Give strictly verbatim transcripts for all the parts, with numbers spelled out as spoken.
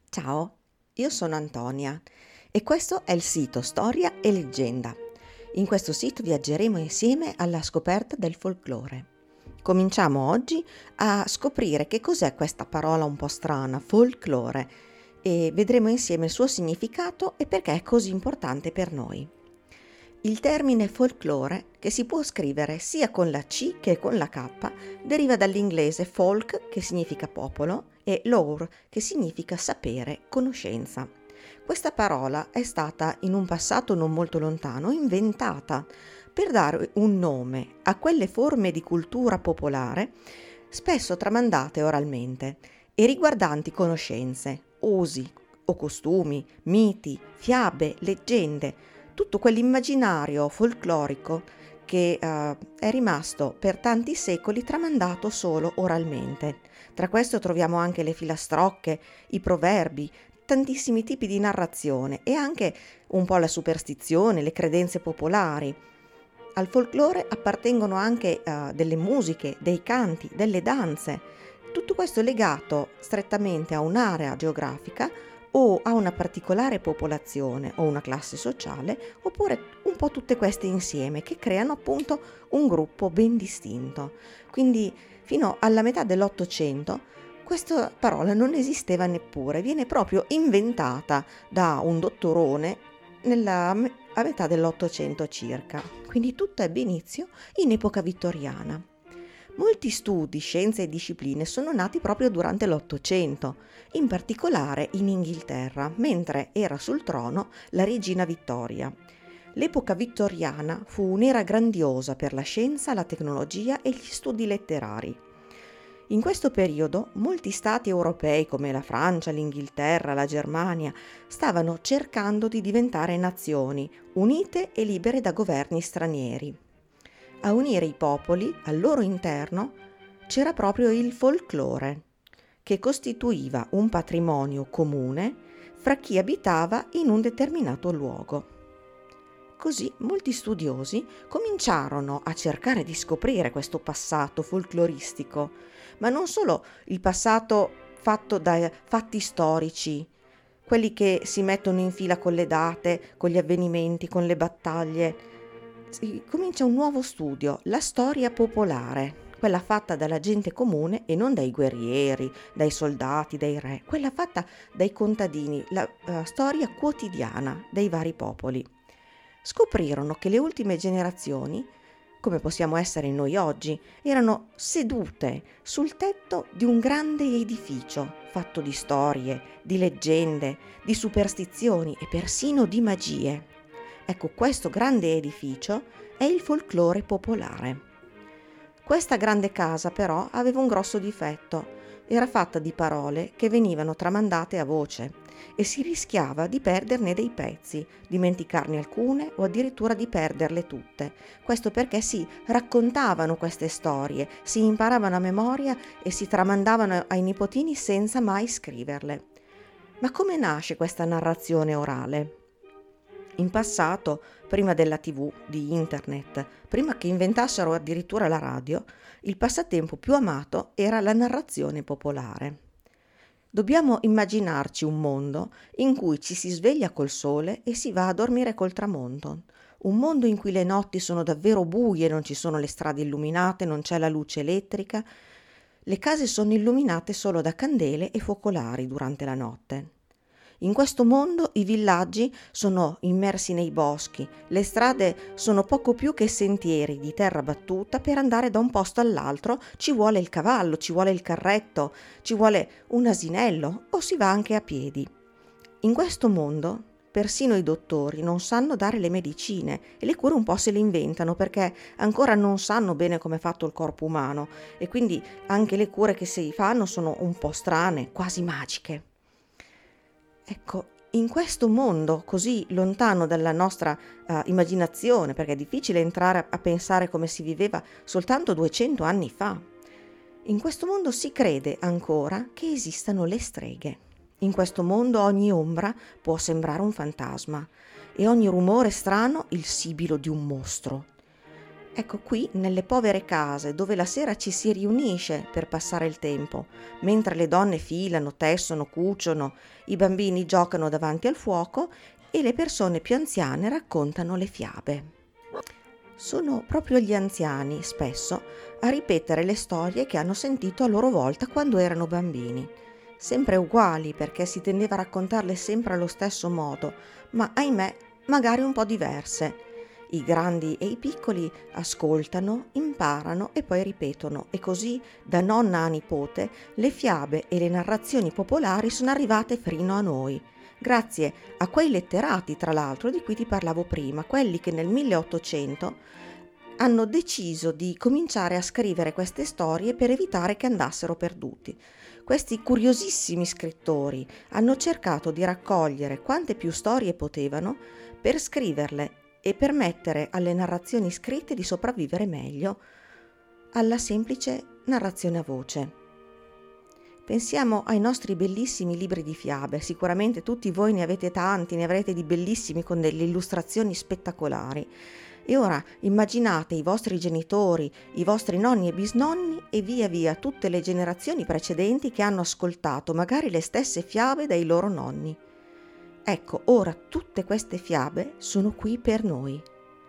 Ciao, io sono Antonia e questo è il sito Storia e Leggenda. In questo sito viaggeremo insieme alla scoperta del folklore. Cominciamo oggi a scoprire che cos'è questa parola un po' strana, folklore, e vedremo insieme il suo significato e perché è così importante per noi. Il termine folklore, che si può scrivere sia con la C che con la K, deriva dall'inglese folk, che significa popolo, e lore, che significa sapere, conoscenza. Questa parola è stata, in un passato non molto lontano, inventata per dare un nome a quelle forme di cultura popolare spesso tramandate oralmente e riguardanti conoscenze, usi o costumi, miti, fiabe, leggende, tutto quell'immaginario folclorico che eh, è rimasto per tanti secoli tramandato solo oralmente. Tra questo troviamo anche le filastrocche, i proverbi, tantissimi tipi di narrazione e anche un po' la superstizione, le credenze popolari. Al folklore appartengono anche eh, delle musiche, dei canti, delle danze. Tutto questo è legato strettamente a un'area geografica o a una particolare popolazione o una classe sociale, oppure un po' tutte queste insieme che creano appunto un gruppo ben distinto. Quindi fino alla metà dell'Ottocento questa parola non esisteva neppure, viene proprio inventata da un dottorone nella a metà dell'Ottocento circa. Quindi tutto ebbe inizio in epoca vittoriana. Molti studi, scienze e discipline sono nati proprio durante l'Ottocento, in particolare in Inghilterra, mentre era sul trono la regina Vittoria. L'epoca vittoriana fu un'era grandiosa per la scienza, la tecnologia e gli studi letterari. In questo periodo molti stati europei come la Francia, l'Inghilterra, la Germania stavano cercando di diventare nazioni unite e libere da governi stranieri. A unire i popoli al loro interno c'era proprio il folklore, che costituiva un patrimonio comune fra chi abitava in un determinato luogo. Così molti studiosi cominciarono a cercare di scoprire questo passato folcloristico, ma non solo il passato fatto da fatti storici, quelli che si mettono in fila con le date, con gli avvenimenti, con le battaglie. Si comincia un nuovo studio, la storia popolare, quella fatta dalla gente comune e non dai guerrieri, dai soldati, dai re, quella fatta dai contadini, la, la storia quotidiana dei vari popoli. Scoprirono che le ultime generazioni, come possiamo essere noi oggi, erano sedute sul tetto di un grande edificio fatto di storie, di leggende, di superstizioni e persino di magie. Ecco, questo grande edificio è il folklore popolare. Questa grande casa però aveva un grosso difetto. Era fatta di parole che venivano tramandate a voce e si rischiava di perderne dei pezzi, dimenticarne alcune o addirittura di perderle tutte. Questo perché si raccontavano queste storie, si imparavano a memoria e si tramandavano ai nipotini senza mai scriverle. Ma come nasce questa narrazione orale? In passato, prima della tivù, di internet, prima che inventassero addirittura la radio, il passatempo più amato era la narrazione popolare. Dobbiamo immaginarci un mondo in cui ci si sveglia col sole e si va a dormire col tramonto. Un mondo in cui le notti sono davvero buie, non ci sono le strade illuminate, non c'è la luce elettrica. Le case sono illuminate solo da candele e focolari durante la notte. In questo mondo i villaggi sono immersi nei boschi, le strade sono poco più che sentieri di terra battuta. Per andare da un posto all'altro ci vuole il cavallo, ci vuole il carretto, ci vuole un asinello o si va anche a piedi. In questo mondo persino i dottori non sanno dare le medicine e le cure un po' se le inventano perché ancora non sanno bene come è fatto il corpo umano e quindi anche le cure che si fanno sono un po' strane, quasi magiche. Ecco, in questo mondo così lontano dalla nostra uh, immaginazione, perché è difficile entrare a, a pensare come si viveva soltanto duecento anni fa, in questo mondo si crede ancora che esistano le streghe. In questo mondo ogni ombra può sembrare un fantasma e ogni rumore strano il sibilo di un mostro. Ecco qui, nelle povere case dove la sera ci si riunisce per passare il tempo, mentre le donne filano, tessono, cuciono, i bambini giocano davanti al fuoco e le persone più anziane raccontano le fiabe. Sono proprio gli anziani, spesso, a ripetere le storie che hanno sentito a loro volta quando erano bambini. Sempre uguali, perché si tendeva a raccontarle sempre allo stesso modo, ma ahimè, magari un po' diverse. I grandi e i piccoli ascoltano, imparano e poi ripetono, e così da nonna a nipote le fiabe e le narrazioni popolari sono arrivate fino a noi. Grazie a quei letterati, tra l'altro, di cui ti parlavo prima, quelli che nel milleottocento hanno deciso di cominciare a scrivere queste storie per evitare che andassero perduti. Questi curiosissimi scrittori hanno cercato di raccogliere quante più storie potevano per scriverle e permettere alle narrazioni scritte di sopravvivere meglio alla semplice narrazione a voce. Pensiamo ai nostri bellissimi libri di fiabe, sicuramente tutti voi ne avete tanti, ne avrete di bellissimi con delle illustrazioni spettacolari. E ora immaginate i vostri genitori, i vostri nonni e bisnonni e via via tutte le generazioni precedenti che hanno ascoltato magari le stesse fiabe dai loro nonni. Ecco, ora tutte queste fiabe sono qui per noi.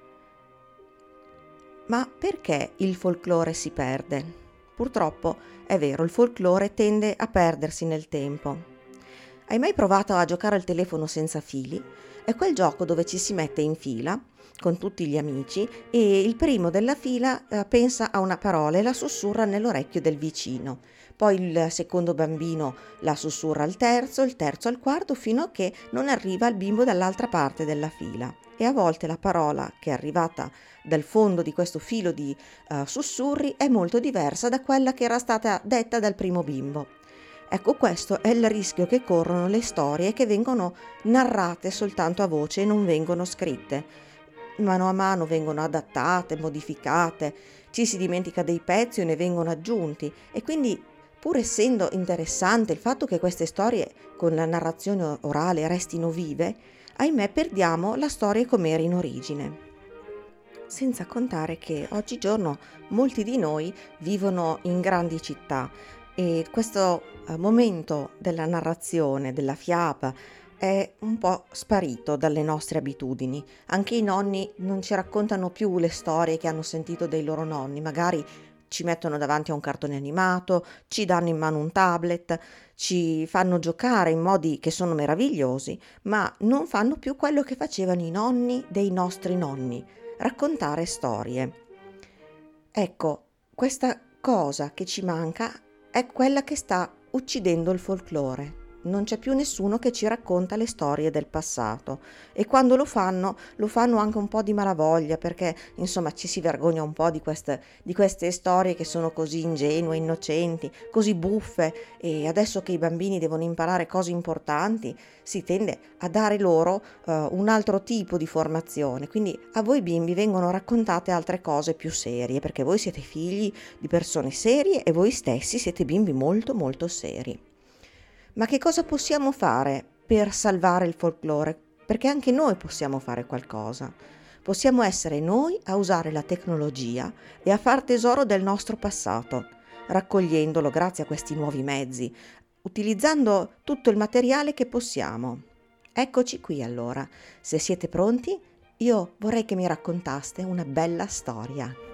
Ma perché il folklore si perde? Purtroppo è vero, il folklore tende a perdersi nel tempo. Hai mai provato a giocare al telefono senza fili? È quel gioco dove ci si mette in fila con tutti gli amici e il primo della fila eh, pensa a una parola e la sussurra nell'orecchio del vicino. Poi il secondo bambino la sussurra al terzo, il terzo al quarto, fino a che non arriva il bimbo dall'altra parte della fila. E a volte la parola che è arrivata dal fondo di questo filo di uh, sussurri è molto diversa da quella che era stata detta dal primo bimbo. Ecco, questo è il rischio che corrono le storie che vengono narrate soltanto a voce e non vengono scritte. Mano a mano vengono adattate, modificate, ci si dimentica dei pezzi o ne vengono aggiunti e quindi, pur essendo interessante il fatto che queste storie con la narrazione orale restino vive, ahimè perdiamo la storia come era in origine. Senza contare che oggigiorno molti di noi vivono in grandi città e questo momento della narrazione, della fiaba, è un po' sparito dalle nostre abitudini. Anche i nonni non ci raccontano più le storie che hanno sentito dai loro nonni, magari ci mettono davanti a un cartone animato, ci danno in mano un tablet, ci fanno giocare in modi che sono meravigliosi, ma non fanno più quello che facevano i nonni dei nostri nonni, raccontare storie. Ecco, questa cosa che ci manca è quella che sta uccidendo il folklore. Non c'è più nessuno che ci racconta le storie del passato e quando lo fanno, lo fanno anche un po' di malavoglia perché insomma ci si vergogna un po' di queste, di queste storie che sono così ingenue, innocenti, così buffe e adesso che i bambini devono imparare cose importanti si tende a dare loro uh, un altro tipo di formazione, quindi a voi bimbi vengono raccontate altre cose più serie perché voi siete figli di persone serie e voi stessi siete bimbi molto molto seri. Ma che cosa possiamo fare per salvare il folklore? Perché anche noi possiamo fare qualcosa. Possiamo essere noi a usare la tecnologia e a far tesoro del nostro passato, raccogliendolo grazie a questi nuovi mezzi, utilizzando tutto il materiale che possiamo. Eccoci qui allora. Se siete pronti, io vorrei che mi raccontaste una bella storia.